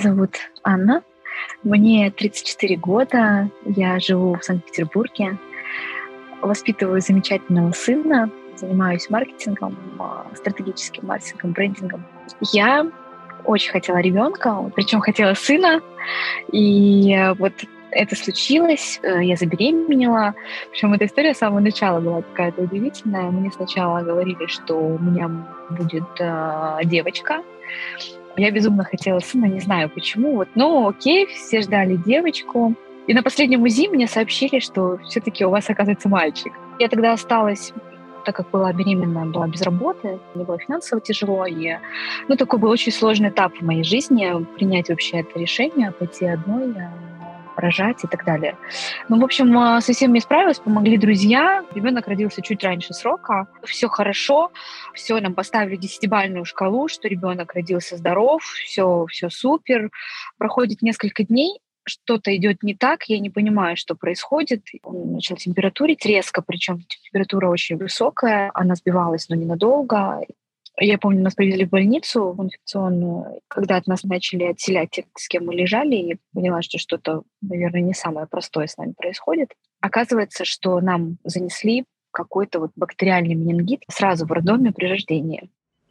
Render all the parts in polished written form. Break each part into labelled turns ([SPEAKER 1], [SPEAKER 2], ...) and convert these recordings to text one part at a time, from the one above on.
[SPEAKER 1] зовут Анна, мне 34 года, я живу в Санкт-Петербурге, воспитываю замечательного сына, занимаюсь маркетингом, стратегическим маркетингом, брендингом. Я очень хотела ребенка, причем хотела сына, и вот это случилось, я забеременела. Причем эта история с самого начала была какая-то удивительная. Мне сначала говорили, что у меня будет девочка. Я безумно хотела сына, не знаю почему. Ну окей, все ждали девочку. И на последнем УЗИ мне сообщили, что все-таки у вас оказывается мальчик. Я тогда осталась, так как была беременна, была без работы, мне было финансово тяжело. И, такой был очень сложный этап в моей жизни, принять вообще это решение, пойти одной, рожать и так далее. В общем, совсем не справилась, помогли друзья. Ребенок родился чуть раньше срока. Все хорошо, все, нам поставили 10-бальную шкалу, что ребенок родился здоров, все супер. Проходит несколько дней, что-то идет не так, я не понимаю, что происходит. Он начал температурить резко, причем температура очень высокая, она сбивалась, но ненадолго. Я помню, нас привезли в больницу, в инфекционную, когда от нас начали отселять тех, с кем мы лежали, и поняла, что что-то, наверное, не самое простое с нами происходит. Оказывается, что нам занесли какой-то бактериальный менингит сразу в роддоме при рождении.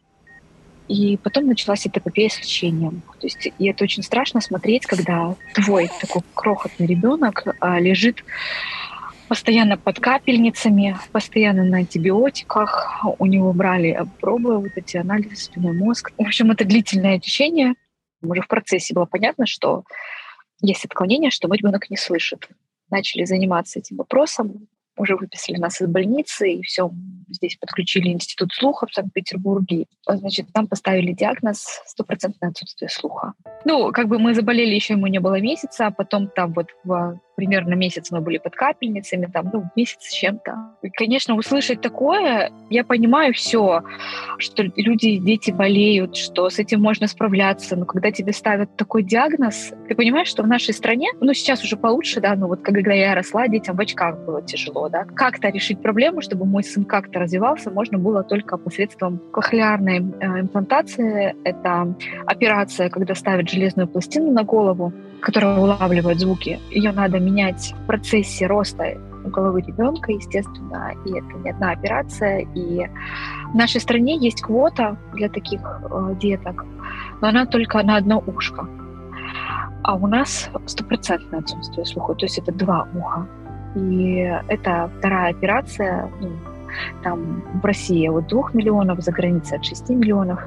[SPEAKER 1] И потом началась эта эпопея с лечением. То есть, и это очень страшно смотреть, когда твой такой крохотный ребенок лежит постоянно под капельницами, постоянно на антибиотиках. У него брали пробы, эти анализы, спинной мозг. В общем, это длительное течение. Уже в процессе было понятно, что есть отклонение, что мой ребенок не слышит. Начали заниматься этим вопросом. Уже выписали нас из больницы, и все, здесь подключили институт слуха в Санкт-Петербурге. Значит, нам поставили диагноз 100% отсутствие слуха. Мы заболели, еще ему не было месяца, а потом там примерно месяц мы были под капельницами, месяц с чем-то. И, конечно, услышать такое, я понимаю все, что люди, дети болеют, что с этим можно справляться, но когда тебе ставят такой диагноз, ты понимаешь, что в нашей стране, сейчас уже получше, когда я росла, детям в очках было тяжело, как-то решить проблему, чтобы мой сын как-то развивался, можно было только посредством кохлеарной имплантации. Это операция, когда ставят железную пластину на голову, которая улавливает звуки. Ее надо менять в процессе роста головы ребенка, естественно, и это не одна операция. И в нашей стране есть квота для таких деток, но она только на одно ушко. А у нас 100% отсутствие слуха, то есть это 2 уха. И это вторая операция, там в России от 2 миллионов, за границей от 6 миллионов.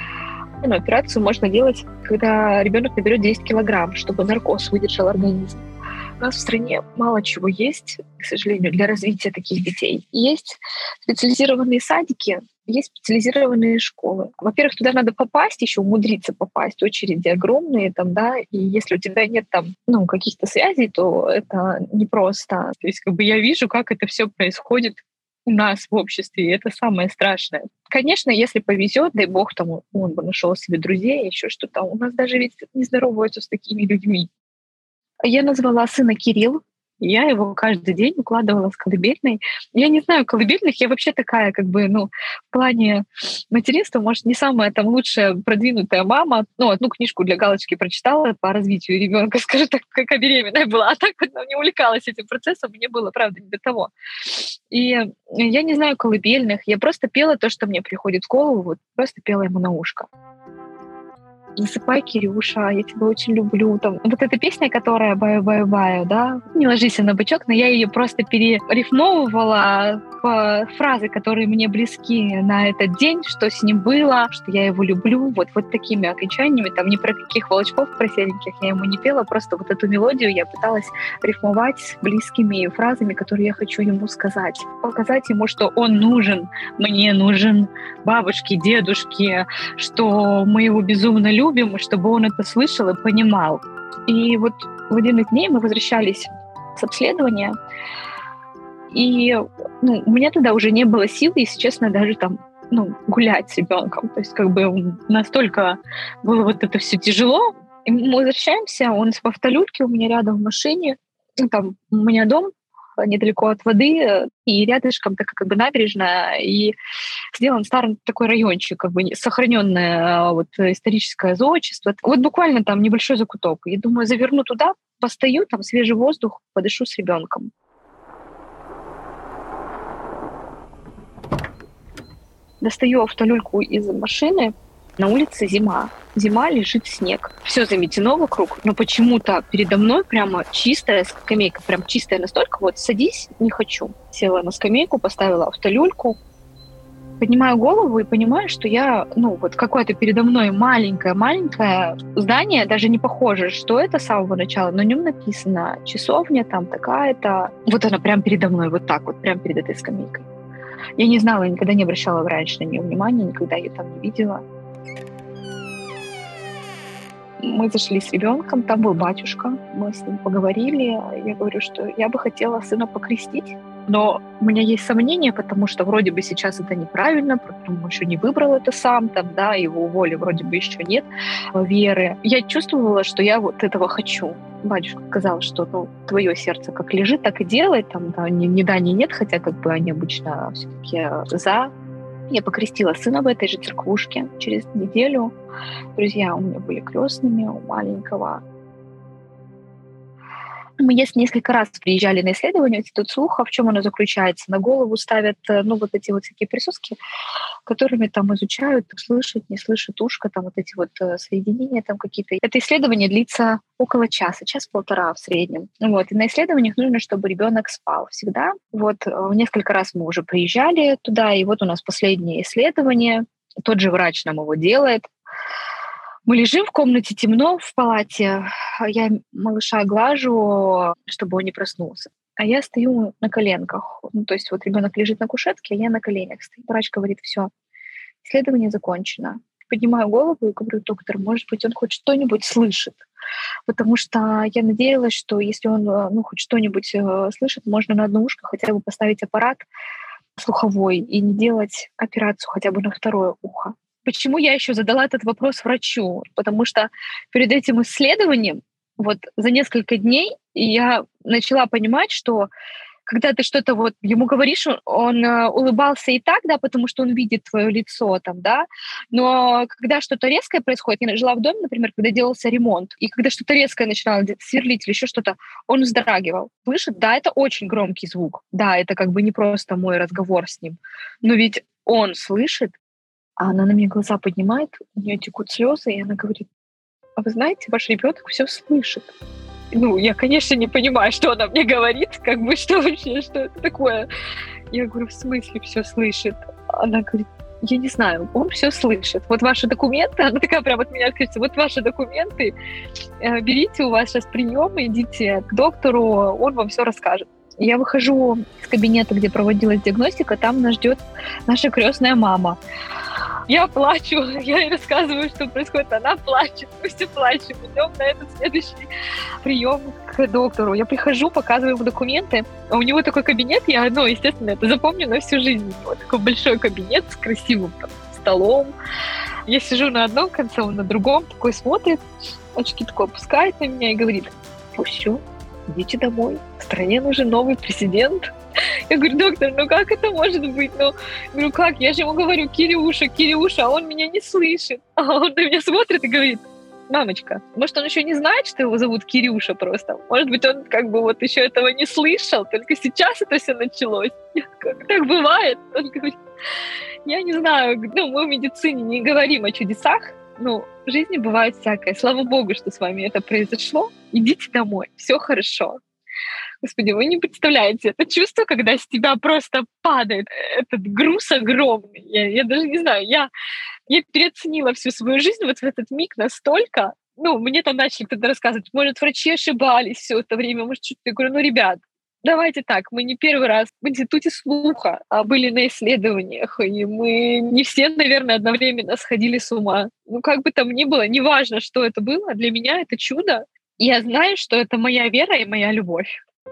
[SPEAKER 1] Но операцию можно делать, когда ребенок наберет 10 килограмм, чтобы наркоз выдержал организм. У нас в стране мало чего есть, к сожалению, для развития таких детей. Есть специализированные садики, есть специализированные школы. Во-первых, туда надо попасть, еще умудриться попасть. Очереди огромные, и если у тебя нет каких-то связей, то это непросто. То есть я вижу, как это все происходит у нас в обществе, и это самое страшное. Конечно, если повезет, дай бог, он бы нашел себе друзей, еще что-то. У нас даже ведь не здороваются с такими людьми. Я назвала сына Кирилл. Я его каждый день укладывала с колыбельной. Я не знаю колыбельных, я вообще такая, в плане материнства, может, не самая лучшая продвинутая мама. Одну книжку для галочки прочитала по развитию ребенка, скажу так, как беременная была. А так не увлекалась этим процессом, мне было, правда, не до того. И я не знаю колыбельных, я просто пела то, что мне приходит в голову, просто пела ему на ушко. «Засыпай, Кирюша, я тебя очень люблю». Эта песня, которая «Баю-баю-баю», да? «Не ложись на бычок», но я ее просто перерифмовывала по фразы, которые мне близки на этот день, что с ним было, что я его люблю, вот такими окончаниями, ни про каких волчков проселеньких я ему не пела, просто эту мелодию я пыталась рифмовать с близкими фразами, которые я хочу ему сказать. Показать ему, что он нужен, мне нужен, бабушке, дедушке, что мы его безумно любим, и чтобы он это слышал и понимал. И в один из дней мы возвращались с обследования, и у меня тогда уже не было сил, если честно, даже гулять с ребенком. То есть настолько было это все тяжело. И мы возвращаемся, он в автолюбке у меня рядом в машине. У меня дом недалеко от воды, и рядышком такая как бы набережная, и сделан старый такой райончик, как бы сохраненное вот историческое зодчество. Вот буквально там небольшой закуток. Я думаю, заверну туда, постою, там свежий воздух, подышу с ребенком. Достаю автолюльку из машины. На улице зима. Зима, лежит снег. Все заметено вокруг, но почему-то передо мной прямо чистая скамейка. Прям чистая настолько. Вот садись, не хочу. Села на скамейку, поставила автолюльку. Поднимаю голову и понимаю, что я, вот какое-то передо мной маленькое здание, даже не похоже, что это с самого начала, но на нем написано часовня там такая-то. Вот она прям передо мной, вот так вот, прям перед этой скамейкой. Я не знала, я никогда не обращала раньше на нее внимания, никогда ее там не видела. Мы зашли с ребенком, там был батюшка, мы с ним поговорили. Я говорю, что я бы хотела сына покрестить, но у меня есть сомнения, потому что вроде бы сейчас это неправильно, потому он еще не выбрал это сам, там, да, его воли вроде бы еще нет, веры. Я чувствовала, что я вот этого хочу. Батюшка сказал, что твое сердце как лежит, так и делай, там, да, ни да, ни нет, хотя как бы они обычно все-таки за. Я покрестила сына в этой же церквушке через неделю. Друзья у меня были крестными у маленького. Мы несколько раз приезжали на исследование Институт слуха. В чем оно заключается? На голову ставят, вот эти вот всякие присоски, которыми там изучают, слышит, не слышит ушко, там вот эти вот соединения там какие-то. Это исследование длится около часа, час-полтора в среднем. Вот. И на исследованиях нужно, чтобы ребенок спал всегда. Вот несколько раз мы уже приезжали туда, и вот у нас последнее исследование. Тот же врач нам его делает. Мы лежим в комнате, темно в палате. Я малыша глажу, чтобы он не проснулся. А я стою на коленках. То есть вот ребенок лежит на кушетке, а я на коленях стою. Врач говорит: все, исследование закончено. Поднимаю голову и говорю: доктор, может быть, он хоть что-нибудь слышит? Потому что я надеялась, что если он хоть что-нибудь слышит, можно на одно ушко хотя бы поставить аппарат слуховой и не делать операцию хотя бы на второе ухо. Почему я еще задала этот вопрос врачу? Потому что перед этим исследованием, вот за несколько дней, я начала понимать, что когда ты что-то вот ему говоришь, он улыбался и так, да, потому что он видит твое лицо там, да, но когда что-то резкое происходит, я жила в доме, например, когда делался ремонт, и когда что-то резкое начинало сверлить или еще что-то, он вздрагивал. Слышит? Да, это очень громкий звук, да, это как бы не просто мой разговор с ним, но ведь он слышит. А она на меня глаза поднимает, у нее текут слезы, и она говорит: а вы знаете, ваш ребенок все слышит. Я, конечно, не понимаю, что она мне говорит, как бы, что вообще, что это такое. Я говорю: в смысле все слышит? Она говорит: я не знаю, он все слышит. Вот ваши документы, она такая прям от меня открывается: вот ваши документы, берите, у вас сейчас прием, идите к доктору, он вам все расскажет. Я выхожу из кабинета, где проводилась диагностика, там нас ждет наша крестная мама. Я плачу, я ей рассказываю, что происходит, она плачет, мы все плачем, идем на этот следующий прием к доктору. Я прихожу, показываю ему документы, а у него такой кабинет, я, естественно, это запомню на всю жизнь. Вот такой большой кабинет с красивым столом. Я сижу на одном конце, он на другом, такой смотрит, очки такой опускает на меня и говорит: все, идите домой, в стране нужен новый президент. Я говорю: доктор, как это может быть? Говорю, как? Я же ему говорю: Кирюша, а он меня не слышит. А он на меня смотрит и говорит: мамочка, может, он еще не знает, что его зовут Кирюша просто? Может быть, он как бы вот еще этого не слышал, только сейчас это все началось. Как так бывает? Он говорит: я не знаю, мы в медицине не говорим о чудесах, в жизни бывает всякое. Слава богу, что с вами это произошло. Идите домой, все хорошо. Господи, вы не представляете это чувство, когда с тебя просто падает этот груз огромный. Я даже не знаю, я переоценила всю свою жизнь вот в этот миг настолько. Мне там начали кто-то рассказывать: может, врачи ошибались все это время, может, что-то. Я говорю: ребят, давайте так, мы не первый раз в Институте слуха были на исследованиях, и мы не все, наверное, одновременно сходили с ума. Как бы там ни было, неважно, что это было, для меня это чудо. И я знаю, что это моя вера и моя любовь.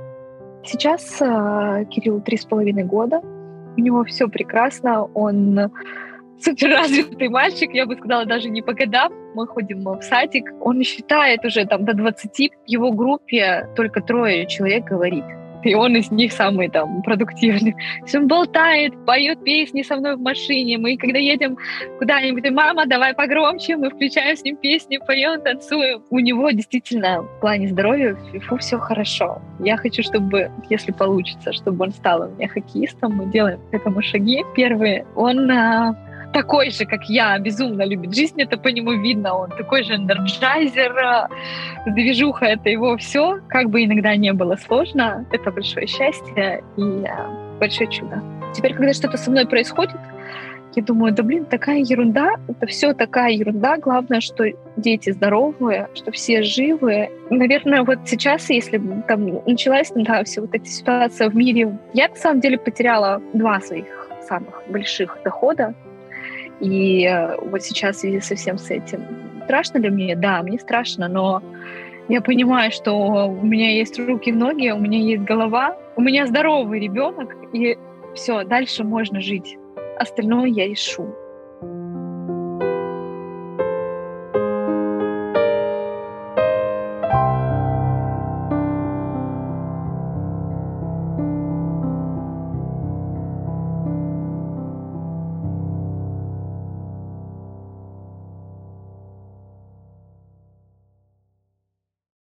[SPEAKER 1] Сейчас Кириллу 3,5 года, у него все прекрасно, он суперразвитый мальчик, я бы сказала, даже не по годам. Мы ходим в садик, он считает уже там до 20, в его группе только 3 человек говорит. и он из них самый там продуктивный. То есть он болтает, поет песни со мной в машине. Мы когда едем куда-нибудь, мама, давай погромче, мы включаем с ним песни, поем, танцуем. У него действительно в плане здоровья все хорошо. Я хочу, чтобы, если получится, чтобы он стал у меня хоккеистом, мы делаем к этому шаги первые. Он такой же, как я, безумно любит жизнь, это по нему видно, он такой же энерджайзер, движуха — это его все. Как бы иногда не было сложно, это большое счастье и большое чудо. Теперь, когда что-то со мной происходит, я думаю, да блин, такая ерунда, это все такая ерунда, главное, что дети здоровые, что все живы. Наверное, вот сейчас, если там началась вся вот эта ситуация в мире, я на самом деле потеряла 2 своих самых больших дохода. И вот сейчас в связи со всем с этим. Страшно ли мне? Да, мне страшно, но я понимаю, что у меня есть руки и ноги, у меня есть голова, у меня здоровый ребенок, и все, дальше можно жить. Остальное я решу.